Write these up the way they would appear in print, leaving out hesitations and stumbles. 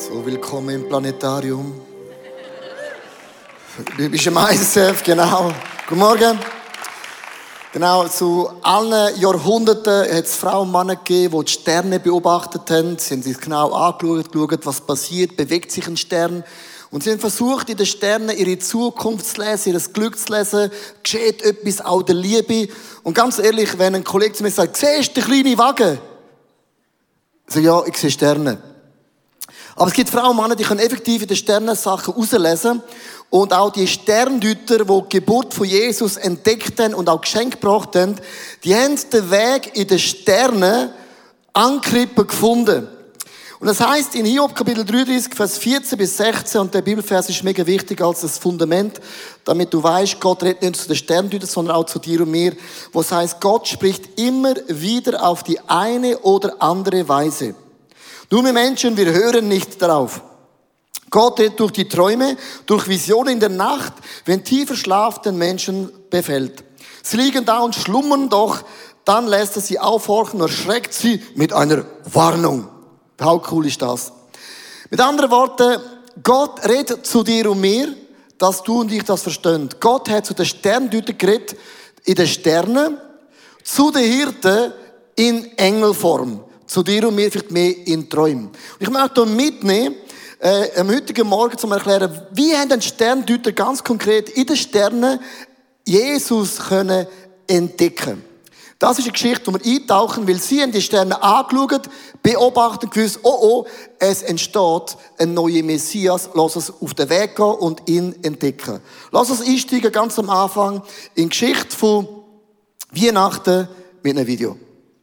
So, willkommen im Planetarium. Du bist im ISF, genau. Guten Morgen. Genau, zu allen Jahrhunderten hat es Frauen und Männer gegeben, die die Sterne beobachtet haben. Sie haben sich genau angeschaut, was passiert, bewegt sich ein Stern. Und sie haben versucht, in den Sternen ihre Zukunft zu lesen, ihr Glück zu lesen. Geschieht etwas, auch der Liebe. Und ganz ehrlich, wenn ein Kollege zu mir sagt, siehst du den kleinen Wagen? Ich sage, ja, ich sehe Sterne. Aber es gibt Frauen und Männer, die können effektiv in den Sternen Sachen herauslesen. Und auch die Sterndeuter, die die Geburt von Jesus entdeckt haben und auch geschenkt gebracht haben, die haben den Weg in den Sternen Ankrippen gefunden. Und das heisst in Hiob Kapitel 33, Vers 14 bis 16, und der Bibelvers ist mega wichtig als das Fundament, damit du weißt, Gott redet nicht zu den Sterndeutern, sondern auch zu dir und mir, wo es heisst, Gott spricht immer wieder auf die eine oder andere Weise. Nur wir Menschen, wir hören nicht darauf. Gott redet durch die Träume, durch Visionen in der Nacht, wenn tiefer Schlaf den Menschen befällt. Sie liegen da und schlummern, doch dann lässt er sie aufhorchen und erschreckt sie mit einer Warnung. How cool ist das? Mit anderen Worten, Gott redet zu dir und mir, dass du und ich das verstehen. Gott hat zu den Sterndeutern geredet, in den Sternen, zu den Hirten in Engelform. Zu dir und mir vielleicht mehr in Träumen. Und ich möchte hier mitnehmen, am heutigen Morgen, um zu erklären, wie haben den Sterndeuter ganz konkret in den Sternen Jesus können entdecken. Das ist eine Geschichte, wo wir eintauchen, weil sie haben die Sterne angeschaut, beobachtet und gewusst, es entsteht ein neuer Messias, lass uns auf den Weg gehen und ihn entdecken. Lass uns einsteigen ganz am Anfang in die Geschichte von Weihnachten mit einem Video.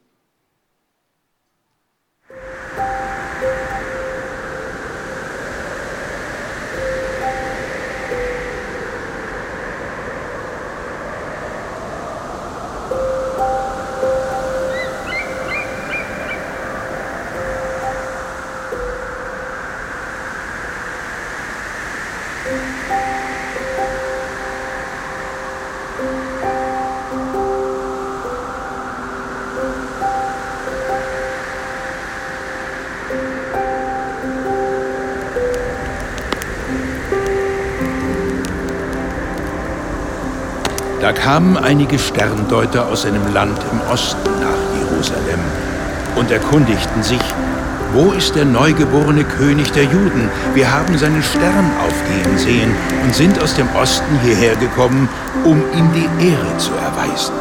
Da kamen einige Sterndeuter aus einem Land im Osten nach Jerusalem und erkundigten sich, wo ist der neugeborene König der Juden? Wir haben seinen Stern aufgehen sehen und sind aus dem Osten hierher gekommen, um ihm die Ehre zu erweisen.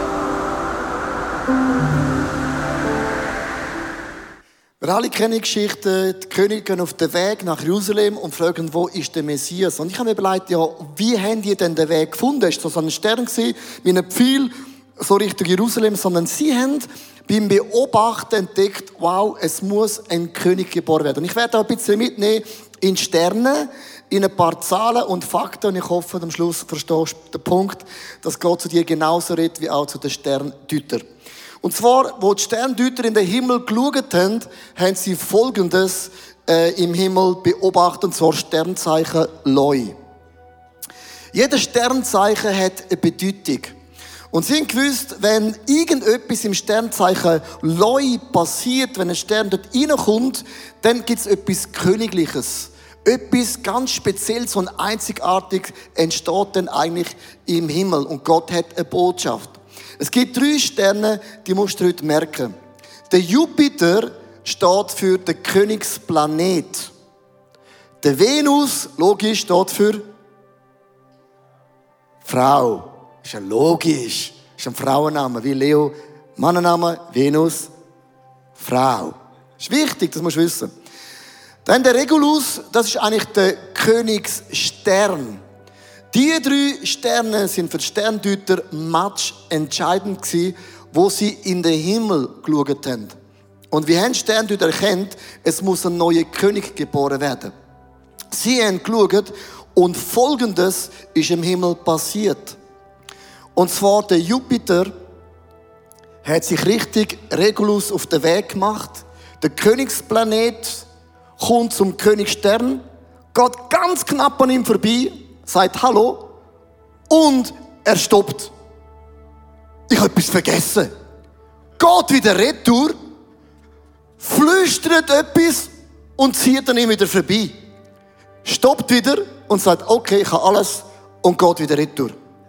Wir alle kennen die Geschichte, die Könige gehen auf den Weg nach Jerusalem und fragen, wo ist der Messias? Und ich habe mir überlegt, ja, wie haben die denn den Weg gefunden? Es war so ein Stern gewesen, wie ein Pfeil, so Richtung Jerusalem, sondern sie haben beim Beobachten entdeckt, wow, es muss ein König geboren werden. Und ich werde auch ein bisschen mitnehmen in Sterne, in ein paar Zahlen und Fakten, und ich hoffe, am Schluss verstehst du den Punkt, dass Gott zu dir genauso redet wie auch zu den Sterndeutern. Und zwar, wo die Sterndeuter in den Himmel geschaut haben, haben sie Folgendes im Himmel beobachtet, und zwar Sternzeichen Leu. Jedes Sternzeichen hat eine Bedeutung. Und sie haben gewusst, wenn irgendetwas im Sternzeichen Leu passiert, wenn ein Stern dort reinkommt, dann gibt es etwas Königliches. Etwas ganz Spezielles und Einzigartiges entsteht dann eigentlich im Himmel. Und Gott hat eine Botschaft. Es gibt 3 Sterne, die musst du heute merken. Der Jupiter steht für den Königsplanet. Der Venus, logisch, steht für Frau. Ist ja logisch. Ist ein Frauenname, wie Leo. Mannenname, Venus, Frau. Ist wichtig, das musst du wissen. Dann der Regulus, das ist eigentlich der Königsstern. Die 3 Sterne sind für die Sterndeuter entscheidend gewesen, wo sie in den Himmel geschaut haben. Und wie haben Sterndeuter erkannt, es muss ein neuer König geboren werden. Sie haben geschaut und Folgendes ist im Himmel passiert. Und zwar der Jupiter hat sich richtig Regulus auf den Weg gemacht. Der Königsplanet kommt zum Königsstern, geht ganz knapp an ihm vorbei, sagt Hallo und er stoppt. Ich habe etwas vergessen. Geht wieder retour, flüstert etwas und zieht dann ihm wieder vorbei. Stoppt wieder und sagt, okay, ich habe alles und geht wieder retour.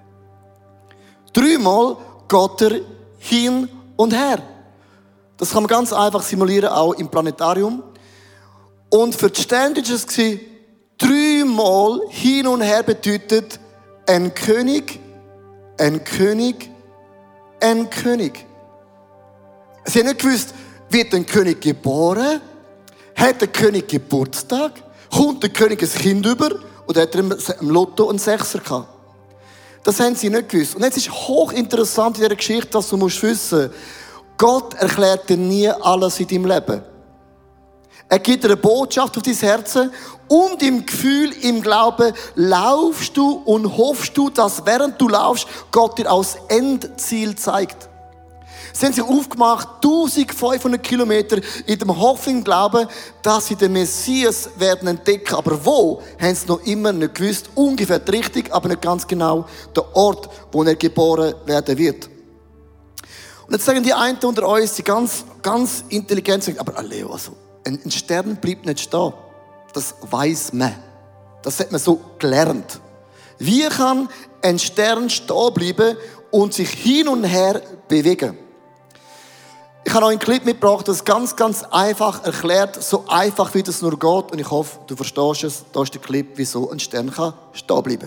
3-mal geht er hin und her. Das kann man ganz einfach simulieren, auch im Planetarium. Und für die Sterne war es 3-mal hin und her bedeutet ein König, ein König, ein König. Sie haben nicht gewusst, wird ein König geboren? Hat der König Geburtstag? Kommt der König ein Kind über? Oder hat er im Lotto einen Sechser gehabt? Das haben sie nicht gewusst. Und jetzt ist hochinteressant in dieser Geschichte, dass du musst wissen, Gott erklärt dir nie alles in deinem Leben. Er gibt dir eine Botschaft auf dein Herz und im Gefühl, im Glauben laufst du und hoffst du, dass während du laufst, Gott dir als Endziel zeigt. Sie haben sich aufgemacht, 1500 Kilometer in dem Hoffnung und Glauben, dass sie den Messias werden entdecken. Aber wo, haben sie noch immer nicht gewusst. Ungefähr die Richtung, aber nicht ganz genau der Ort, wo er geboren werden wird. Und jetzt sagen die einen unter uns, die ganz intelligent sagen, aber Leo, also, ein Stern bleibt nicht stehen. Das weiss man. Das hat man so gelernt. Wie kann ein Stern stehen bleiben und sich hin und her bewegen? Ich habe noch einen Clip mitgebracht, das ganz einfach erklärt, so einfach wie das nur geht. Und ich hoffe, du verstehst es. Da ist der Clip, wieso ein Stern kann stehen bleiben.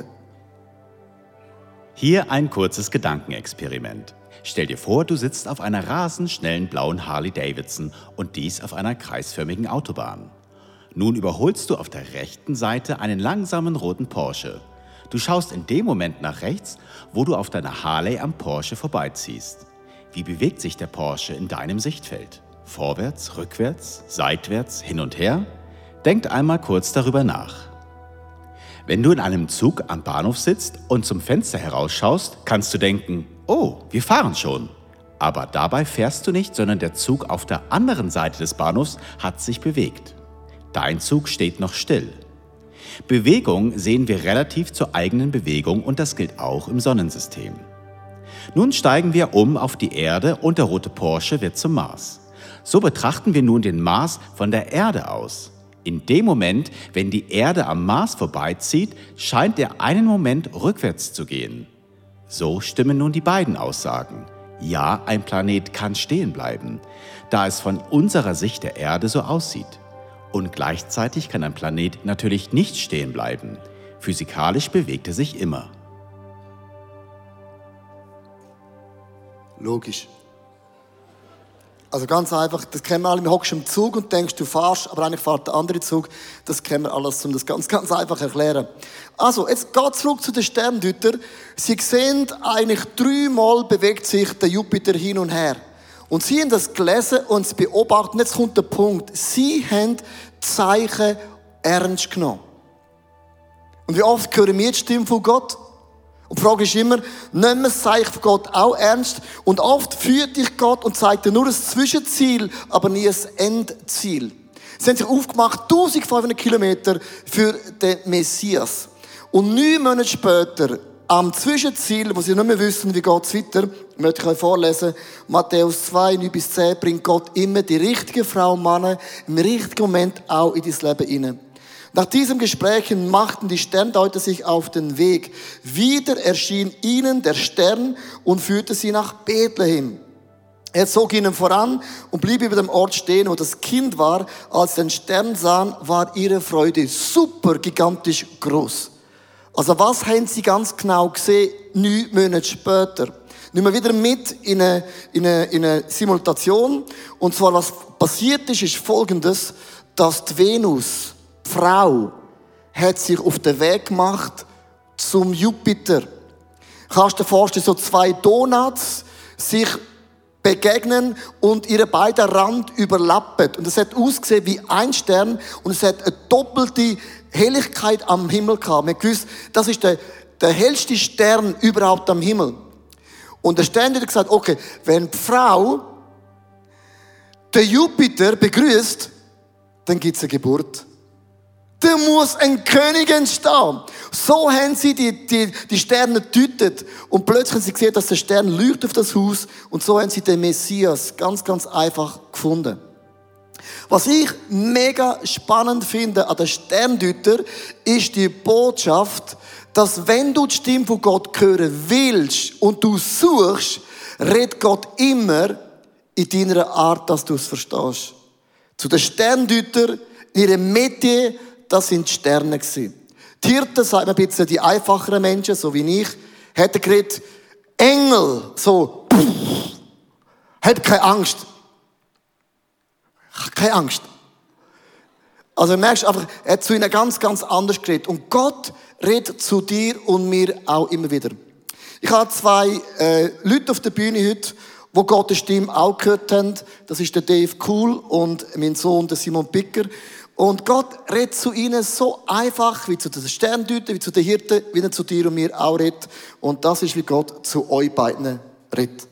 Hier ein kurzes Gedankenexperiment. Stell dir vor, du sitzt auf einer rasend schnellen blauen Harley Davidson und dies auf einer kreisförmigen Autobahn. Nun überholst du auf der rechten Seite einen langsamen roten Porsche. Du schaust in dem Moment nach rechts, wo du auf deiner Harley am Porsche vorbeiziehst. Wie bewegt sich der Porsche in deinem Sichtfeld? Vorwärts, rückwärts, seitwärts, hin und her? Denk einmal kurz darüber nach. Wenn du in einem Zug am Bahnhof sitzt und zum Fenster herausschaust, kannst du denken, oh, wir fahren schon. Aber dabei fährst du nicht, sondern der Zug auf der anderen Seite des Bahnhofs hat sich bewegt. Dein Zug steht noch still. Bewegung sehen wir relativ zur eigenen Bewegung und das gilt auch im Sonnensystem. Nun steigen wir um auf die Erde und der rote Porsche wird zum Mars. So betrachten wir nun den Mars von der Erde aus. In dem Moment, wenn die Erde am Mars vorbeizieht, scheint er einen Moment rückwärts zu gehen. So stimmen nun die beiden Aussagen. Ja, ein Planet kann stehen bleiben, da es von unserer Sicht der Erde so aussieht. Und gleichzeitig kann ein Planet natürlich nicht stehen bleiben. Physikalisch bewegt er sich immer. Logisch. Also ganz einfach, das kennen wir alle, wir hockst im Zug und denkst, du fahrst, aber eigentlich fährt der andere Zug. Das kennen wir alles, um das ganz einfach erklären. Also, jetzt geht zurück zu den Sterndeutern. Sie sehen, eigentlich 3-mal bewegt sich der Jupiter hin und her. Und sie haben das gelesen und beobachten. Jetzt kommt der Punkt. Sie haben die Zeichen ernst genommen. Und wie oft hören wir die Stimme von Gott? Und die Frage ist immer, nehmen wir das Zeichen von Gott auch ernst? Und oft führt dich Gott und zeigt dir nur ein Zwischenziel, aber nie ein Endziel. Sie haben sich aufgemacht, 1500 Kilometer für den Messias. Und 9 Monate später, am Zwischenziel, wo sie nicht mehr wissen, wie geht es weiter, möchte ich euch vorlesen, Matthäus 2, 9-10, bringt Gott immer die richtige Frau und Mann im richtigen Moment auch in dein Leben hinein. Nach diesem Gespräch machten die Sterndeuter sich auf den Weg. Wieder erschien ihnen der Stern und führte sie nach Bethlehem. Er zog ihnen voran und blieb über dem Ort stehen, wo das Kind war. Als sie den Stern sahen, war ihre Freude super gigantisch groß. Also was haben sie ganz genau gesehen, 9 Monate später? Nehmen wir wieder mit in eine Simulation. Und zwar, was passiert ist Folgendes, dass die Venus, die Frau, hat sich auf den Weg gemacht zum Jupiter. Kannst du dir vorstellen, so 2 Donuts sich begegnen und ihre beiden Rand überlappen. Und es hat ausgesehen wie ein Stern und es hat eine doppelte Helligkeit am Himmel gehabt. Man gewusst, das ist der hellste Stern überhaupt am Himmel. Und der Stern hat gesagt, okay, wenn die Frau den Jupiter begrüßt, dann gibt es eine Geburt. Da muss ein König entstehen. So haben sie die Sterne gedeutet. Und plötzlich haben sie gesehen, dass der Stern leuchtet auf das Haus. Und so haben sie den Messias ganz einfach gefunden. Was ich mega spannend finde an den Sterndeuter, ist die Botschaft, dass wenn du die Stimme von Gott hören willst und du suchst, redet Gott immer in deiner Art, dass du es verstehst. Zu den Sterndeuter, ihrem Metier, das sind die Sterne gewesen. Die Hirten, sagt man ein bisschen, die einfacheren Menschen, so wie ich, hätten geredet, Engel, so, hab keine Angst. Keine Angst. Also du merkst einfach, er hat zu ihnen ganz, ganz anders geredet. Und Gott redet zu dir und mir auch immer wieder. Ich habe 2 Leute auf der Bühne heute, die Gottes Stimme auch gehört haben. Das ist der Dave Kuhl und mein Sohn, der Simon Picker. Und Gott redet zu ihnen so einfach, wie zu den Sterndeutern, wie zu den Hirten, wie er zu dir und mir auch redet. Und das ist, wie Gott zu euch beiden redet.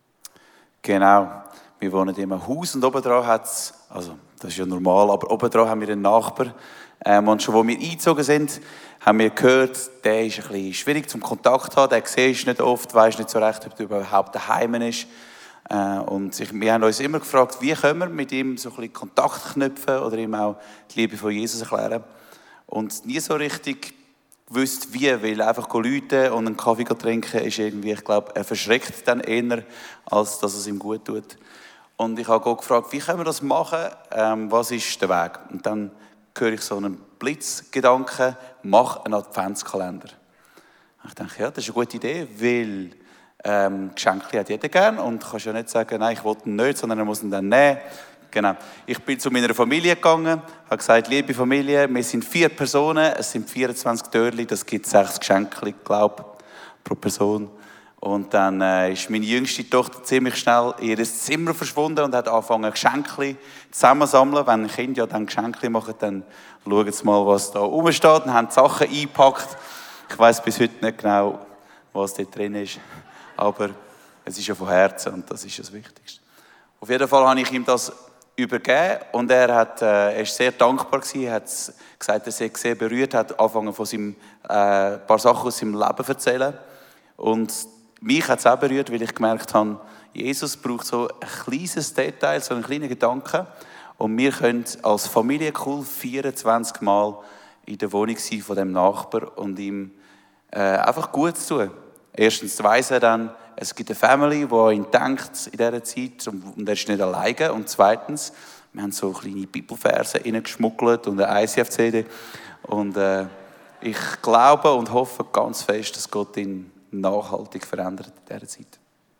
Genau. Wir wohnen in einem Haus und oben dran hat es, also das ist ja normal, aber oben dran haben wir einen Nachbar. Und schon, wo wir eingezogen sind, haben wir gehört, der ist ein bisschen schwierig zum Kontakt zu haben, den siehst du nicht oft, weisst nicht so recht, ob er überhaupt daheim ist. Und wir haben uns immer gefragt, wie können wir mit ihm so ein bisschen Kontakt knüpfen oder ihm auch die Liebe von Jesus erklären. Und nie so richtig gewusst, wie, weil einfach läuten und einen Kaffee trinken ist irgendwie, ich glaube, er verschreckt dann eher, als dass es ihm gut tut. Und ich habe Gott gefragt, wie können wir das machen, was ist der Weg? Und dann höre ich so einen Blitzgedanken, mach einen Adventskalender. Ich denke, ja, das ist eine gute Idee, weil Geschenke hat jeder gern und du kannst ja nicht sagen, nein, ich will ihn nicht, sondern er muss ihn dann nehmen. Genau. Ich bin zu meiner Familie gegangen, habe gesagt, liebe Familie, wir sind 4 Personen, es sind 24 Törli, das gibt 6 Geschenke, glaube ich, pro Person. Und dann ist meine jüngste Tochter ziemlich schnell in ihr Zimmer verschwunden und hat angefangen, Geschenke zusammenzusammeln. Wenn Kinder ja dann Geschenke machen, dann schauen sie mal, was da rumsteht und haben die Sachen eingepackt. Ich weiss bis heute nicht genau, was da drin ist. Aber es ist ja von Herzen und das ist das Wichtigste. Auf jeden Fall habe ich ihm das übergeben und er ist sehr dankbar gewesen. Er hat gesagt, er sei sehr berührt, hat angefangen von seinem paar Sachen aus seinem Leben zu erzählen. Und mich hat es auch berührt, weil ich gemerkt habe, Jesus braucht so ein kleines Detail, so einen kleinen Gedanken. Und wir können als Familie cool 24 Mal in der Wohnung sein von dem Nachbar und ihm einfach gut tun. Erstens weiss er dann, es gibt eine Family, die an ihn denkt in dieser Zeit und er ist nicht alleine. Und zweitens, wir haben so kleine Bibelverse reingeschmuggelt und eine ICF-CD. Und ich glaube und hoffe ganz fest, dass Gott ihn nachhaltig verändert in dieser Zeit.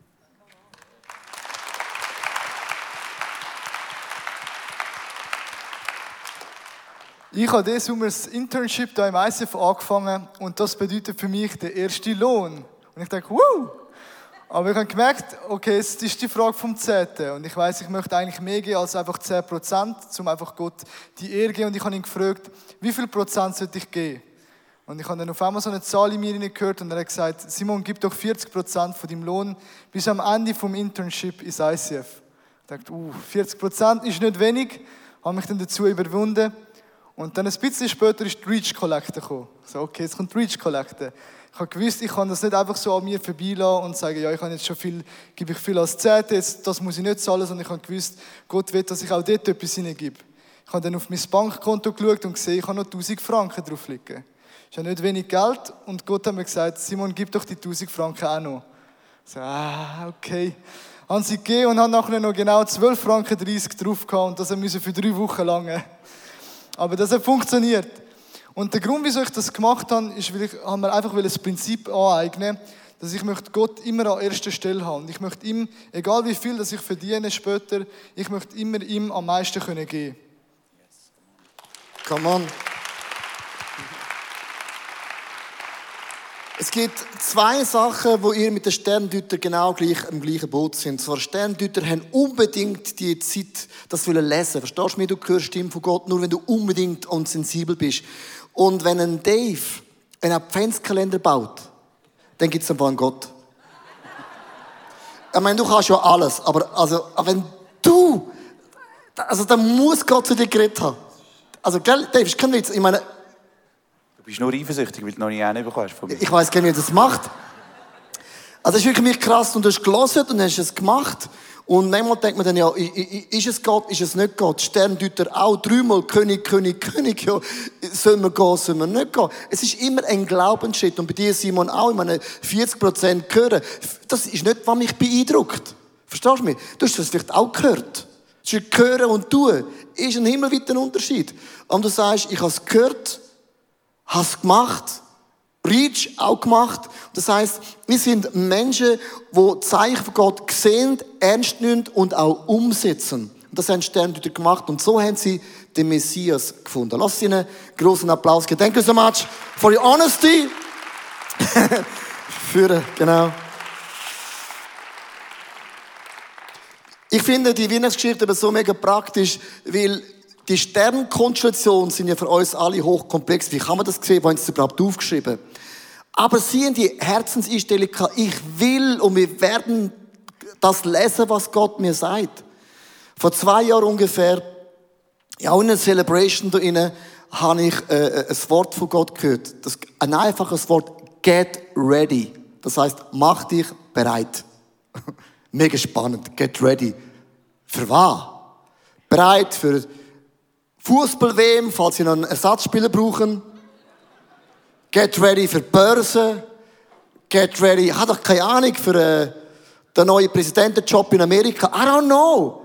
Ich habe diesen Sommer das Internship hier im ICF angefangen und das bedeutet für mich den ersten Lohn. Und ich denke, wow! Aber ich habe gemerkt, okay, es ist die Frage vom Zehnten. Und ich weiss, ich möchte eigentlich mehr geben als einfach 10%, um einfach Gott die Ehre zu geben. Und ich habe ihn gefragt, wie viel Prozent sollte ich geben? Und ich habe dann auf einmal so eine Zahl in mir gehört und er hat gesagt, Simon, gib doch 40% von deinem Lohn bis am Ende vom Internship ins ICF. Ich dachte, 40% ist nicht wenig, habe mich dann dazu überwunden. Und dann ein bisschen später ist die Reach Collector gekommen. So, okay, jetzt kommt die Reach Collector. Ich habe gewusst, ich kann das nicht einfach so an mir vorbeilassen und sagen, ja, ich habe jetzt schon viel, gebe ich viel als Zehnte, jetzt, das muss ich nicht zahlen, sondern ich habe gewusst, Gott will, dass ich auch dort etwas hineingebe. Ich habe dann auf mein Bankkonto geschaut und gesehen, ich habe noch 1000 Franken drauf liegen. Das ist ja nicht wenig Geld und Gott hat mir gesagt, Simon, gib doch die 1000 Franken auch noch. Ich so, okay. Haben sie gegeben und haben nachher noch genau 12,30 Franken drauf gehabt und das musste für 3 Wochen lang. Aber das hat funktioniert. Und der Grund, wieso ich das gemacht habe, ist, weil ich mir einfach das Prinzip aneignen, dass ich möchte Gott immer an erster Stelle haben. Und ich möchte ihm, egal wie viel dass ich verdiene später, ich möchte immer ihm am meisten geben können. Come on. Es gibt 2 Sachen, wo ihr mit den Sterndeuter genau im gleichen Boot sind. Zwar Sterndeuter haben unbedingt die Zeit, das lesen wollen. Verstehst du mich? Du hörst die Stimme von Gott, nur wenn du unbedingt und sensibel bist. Und wenn ein Dave einen Adventskalender baut, dann gibt es einen Gott. Ich meine, du kannst ja alles, aber wenn du, dann muss Gott zu dir geredet haben. Also, gell, Dave, ist kein Witz. Ich meine, du bist nur eifersüchtig, weil du noch nie einen bekommen hast von mir. Ich weiss gar nicht, wie er das macht. Also, es ist wirklich krass. Und du hast gelesen und hast es gemacht. Und manchmal denkt man dann, ja, ist es Gott, ist es nicht Gott? Sterndeuter auch 3-mal König, König, König. Ja, sollen wir gehen, sollen wir nicht gehen? Es ist immer ein Glaubensschritt. Und bei dir, Simon, auch, ich meine, 40% hören. Das ist nicht, was mich beeindruckt. Verstehst du mich? Du hast das vielleicht auch gehört. Zwischen hören und tun ist ein himmelweiter Unterschied. Und du sagst, ich habe es gehört, habe es gemacht, Reach auch gemacht. Das heisst, wir sind Menschen, die Zeichen von Gott sehen, ernst nehmen und auch umsetzen. Und das haben Sterndeuter gemacht. Und so haben sie den Messias gefunden. Lass ihnen einen grossen Applaus geben. Thank you so much for your honesty. Genau. Ich finde die Weihnachtsgeschichte aber so mega praktisch, weil die Sternkonstellationen sind ja für uns alle hochkomplex. Wie kann man das sehen? Wo haben sie es überhaupt aufgeschrieben? Aber sie haben die Herzenseinstellung gehabt, ich will und wir werden das lesen, was Gott mir sagt. Vor 2 Jahren ungefähr, ja, in einer Celebration da innen, habe ich ein Wort von Gott gehört. Ein einfaches Wort, get ready. Das heisst, mach dich bereit. Mega spannend, get ready. Für was? Bereit für Fußball-WM, falls Sie noch einen Ersatzspieler brauchen. Get ready für die Börse. Get ready, ich habe doch keine Ahnung, für den neuen Präsidentenjob in Amerika. I don't know.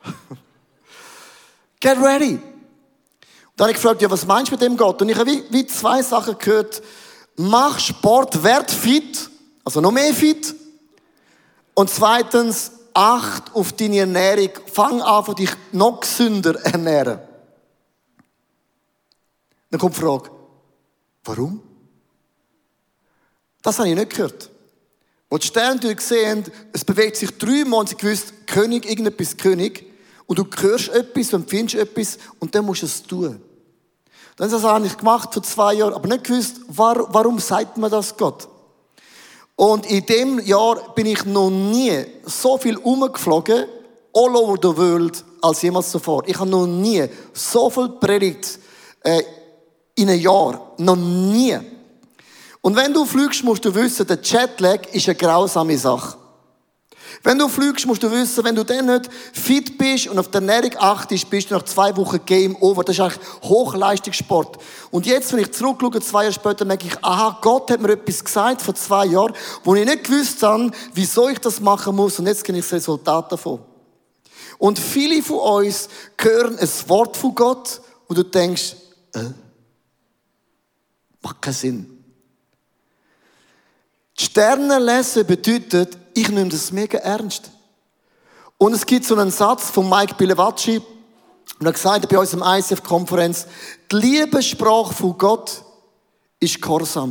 Get ready. Und dann habe ich gefragt, ja, was meinst du mit dem Gott? Und ich habe wie 2 Sachen gehört. Mach Sport, werd fit, also noch mehr fit. Und zweitens, acht auf deine Ernährung. Fang an, von dich noch gesünder ernähren. Dann kommt die Frage, warum? Das habe ich nicht gehört. Als die Sterndeuter sehen, es bewegt sich 3 Mal und sie gewusst, König, irgendetwas König. Und du hörst etwas und findest etwas und dann musst du es tun. Dann habe ich das eigentlich gemacht vor 2 Jahren, aber nicht gewusst, warum sagt man das Gott? Und in dem Jahr bin ich noch nie so viel rumgeflogen, all over the world, als jemals zuvor. Ich habe noch nie so viel predigt in einem Jahr. Noch nie. Und wenn du fliegst, musst du wissen, der Jetlag ist eine grausame Sache. Wenn du fliegst, musst du wissen, wenn du dann nicht fit bist und auf der Ernährung achtest, bist du nach 2 Wochen Game Over. Das ist eigentlich Hochleistungssport. Und jetzt, wenn ich zurückschaue, 2 Jahre später, merke ich, aha, Gott hat mir etwas gesagt vor 2 Jahren, wo ich nicht gewusst habe, wieso ich das machen muss. Und jetzt kenne ich das Resultat davon. Und viele von uns hören ein Wort von Gott und du denkst, macht keinen Sinn. Die Sterne lesen bedeutet, ich nehme das mega ernst. Und es gibt so einen Satz von Mike Pilevacci, und er gesagt bei unserem ICF-Konferenz, die Liebessprache von Gott ist Gehorsam.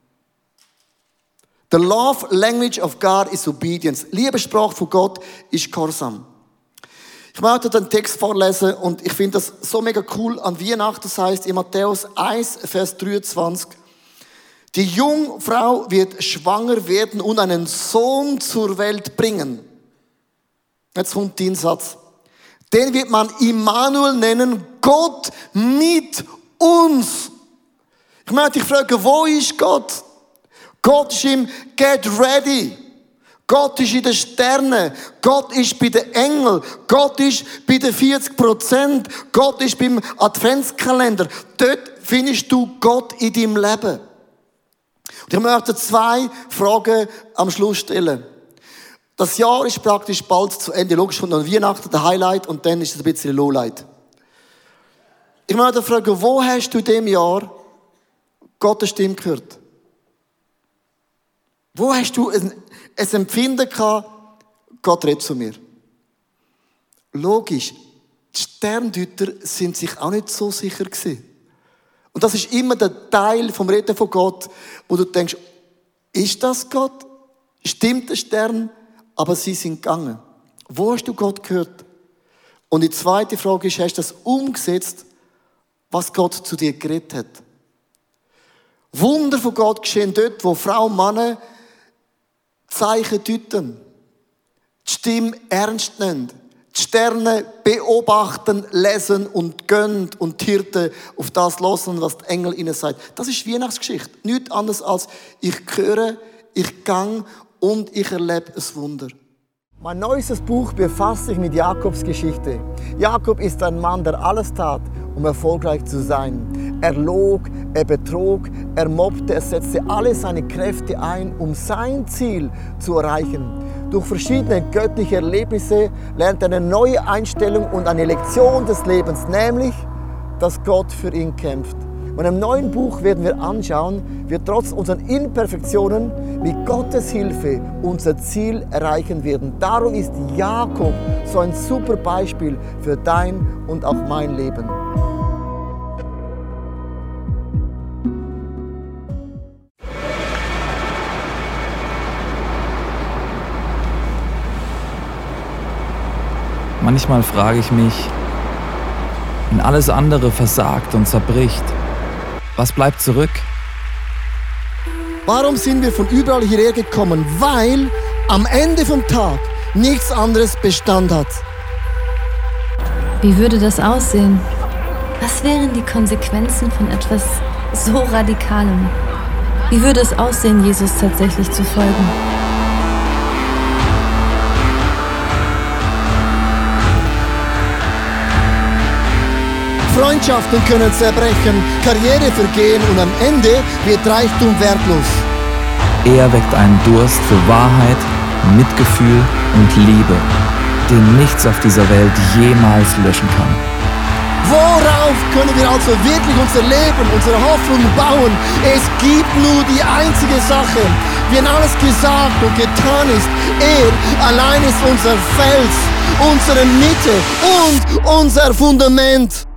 The love language of God is obedience. Liebessprache von Gott ist Gehorsam. Ich möchte den Text vorlesen und ich finde das so mega cool an Weihnachten. Das heißt in Matthäus 1, Vers 23, die Jungfrau wird schwanger werden und einen Sohn zur Welt bringen. Jetzt kommt der Satz. Den wird man Immanuel nennen, Gott mit uns. Ich möchte dich fragen, wo ist Gott? Gott ist im Get Ready. Gott ist in den Sternen. Gott ist bei den Engeln. Gott ist bei den 40%. Gott ist beim Adventskalender. Dort findest du Gott in deinem Leben. Und ich möchte 2 Fragen am Schluss stellen. Das Jahr ist praktisch bald zu Ende. Logisch kommt noch Weihnachten, der Highlight, und dann ist es ein bisschen Lowlight. Ich möchte fragen, wo hast du in diesem Jahr Gottes Stimme gehört? Wo hast du ein Empfinden gehabt, Gott redet zu mir? Logisch, die Sterndeuter sind sich auch nicht so sicher gewesen. Und das ist immer der Teil vom Reden von Gott, wo du denkst, ist das Gott? Stimmt der Stern? Aber sie sind gegangen. Wo hast du Gott gehört? Und die zweite Frage ist, hast du das umgesetzt, was Gott zu dir geredet hat? Wunder von Gott geschehen dort, wo Frauen und Männer Zeichen deuten, die Stimme ernst nehmen, die Sterne beobachten, lesen und gehen und die Hirten auf das hören, was die Engel ihnen sagen. Das ist Weihnachtsgeschichte. Nichts anderes als ich höre, ich gang und ich erlebe ein Wunder. Mein neuestes Buch befasst sich mit Jakobs Geschichte. Jakob ist ein Mann, der alles tat, um erfolgreich zu sein. Er log, er betrog, er mobbte, er setzte alle seine Kräfte ein, um sein Ziel zu erreichen. Durch verschiedene göttliche Erlebnisse lernt er eine neue Einstellung und eine Lektion des Lebens, nämlich, dass Gott für ihn kämpft. Und im neuen Buch werden wir anschauen, wie wir trotz unseren Imperfektionen mit Gottes Hilfe unser Ziel erreichen werden. Darum ist Jakob so ein super Beispiel für dein und auch mein Leben. Manchmal frage ich mich, wenn alles andere versagt und zerbricht, was bleibt zurück? Warum sind wir von überall hierher gekommen? Weil am Ende vom Tag nichts anderes Bestand hat. Wie würde das aussehen? Was wären die Konsequenzen von etwas so Radikalem? Wie würde es aussehen, Jesus tatsächlich zu folgen? Freundschaften können zerbrechen, Karriere vergehen und am Ende wird Reichtum wertlos. Er weckt einen Durst für Wahrheit, Mitgefühl und Liebe, den nichts auf dieser Welt jemals löschen kann. Worauf können wir also wirklich unser Leben, unsere Hoffnung bauen? Es gibt nur die einzige Sache. Wenn alles gesagt und getan ist, er allein ist unser Fels, unsere Mitte und unser Fundament.